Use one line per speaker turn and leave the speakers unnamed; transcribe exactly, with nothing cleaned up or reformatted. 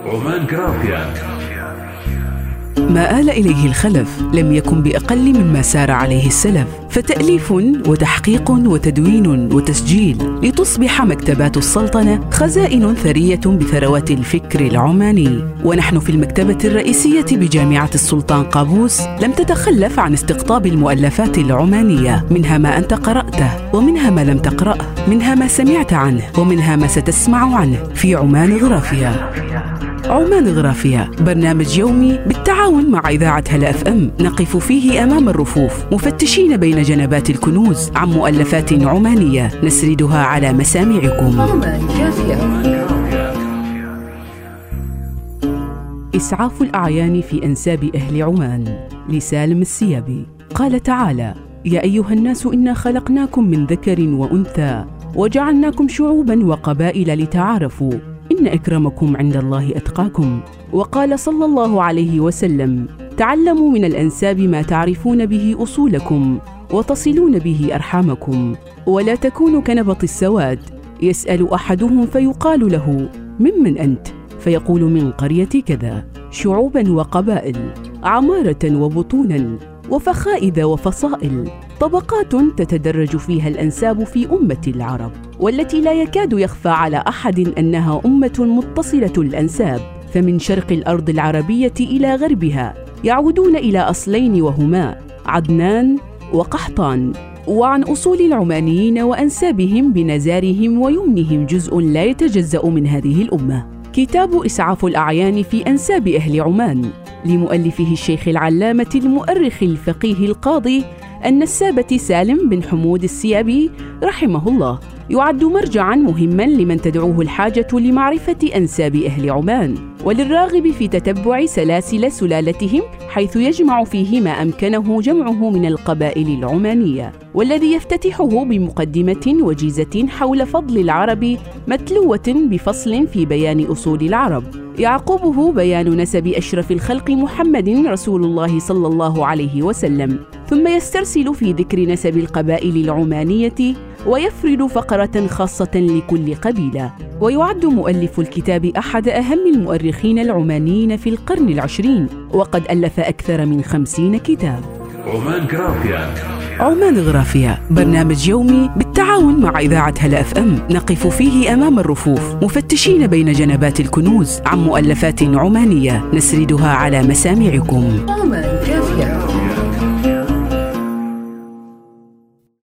عمان جرافيا.
ما آل إليه الخلف لم يكن بأقل مما سار عليه السلف، فتأليف وتحقيق وتدوين وتسجيل لتصبح مكتبات السلطنة خزائن ثرية بثروات الفكر العماني. ونحن في المكتبة الرئيسية بجامعة السلطان قابوس لم تتخلف عن استقطاب المؤلفات العمانية، منها ما أنت قرأته ومنها ما لم تقرأه، منها ما سمعت عنه ومنها ما ستسمع عنه في عمان غرافيا. عمان غرافيا برنامج يومي بالتعاون مع إذاعة هلا اف ام، نقف فيه أمام الرفوف مفتشين بين جنبات الكنوز عن مؤلفات عمانية نسردها على مسامعكم. عمان غرافيا. إسعاف الأعيان في أنساب أهل عمان لسالم السيابي. قال تعالى: يا أيها الناس إنا خلقناكم من ذكر وأنثى وجعلناكم شعوبا وقبائل لتعارفوا إن أكرمكم عند الله أتقاكم. وقال صلى الله عليه وسلم: تعلموا من الأنساب ما تعرفون به أصولكم وتصلون به أرحامكم، ولا تكونوا كنبط السواد يسأل أحدهم فيقال له: ممن أنت؟ فيقول: من قرية كذا. شعوبا وقبائل، عمارة وبطونا، وفخائذ وفصائل، طبقات تتدرج فيها الأنساب في أمة العرب، والتي لا يكاد يخفى على أحد أنها أمة متصلة الأنساب، فمن شرق الأرض العربية إلى غربها يعودون إلى أصلين وهما عدنان وقحطان. وعن أصول العمانيين وأنسابهم بنزارهم ويمنهم جزء لا يتجزأ من هذه الأمة. كتاب إسعاف الأعيان في أنساب أهل عمان لمؤلفه الشيخ العلامة المؤرخ الفقيه القاضي النسابة سالم بن حمود السيابي رحمه الله، يعد مرجعاً مهماً لمن تدعوه الحاجة لمعرفة أنساب أهل عمان، وللراغب في تتبع سلاسل سلالتهم، حيث يجمع فيه ما أمكنه جمعه من القبائل العمانية، والذي يفتتحه بمقدمة وجيزة حول فضل العرب متلوة بفصل في بيان أصول العرب، يعقبه بيان نسب أشرف الخلق محمد رسول الله صلى الله عليه وسلم، ثم يسترسل في ذكر نسب القبائل العمانية ويفرد فقرة خاصة لكل قبيلة. ويعد مؤلف الكتاب أحد أهم المؤرخين العمانيين في القرن العشرين، وقد ألف أكثر من خمسين كتاب.
عمان غرافيا.
عمان غرافيا برنامج يومي بالتعاون مع إذاعة هلا اف ام، نقف فيه أمام الرفوف مفتشين بين جنبات الكنوز عن مؤلفات عمانية نسردها على مسامعكم. عمان غرافيا.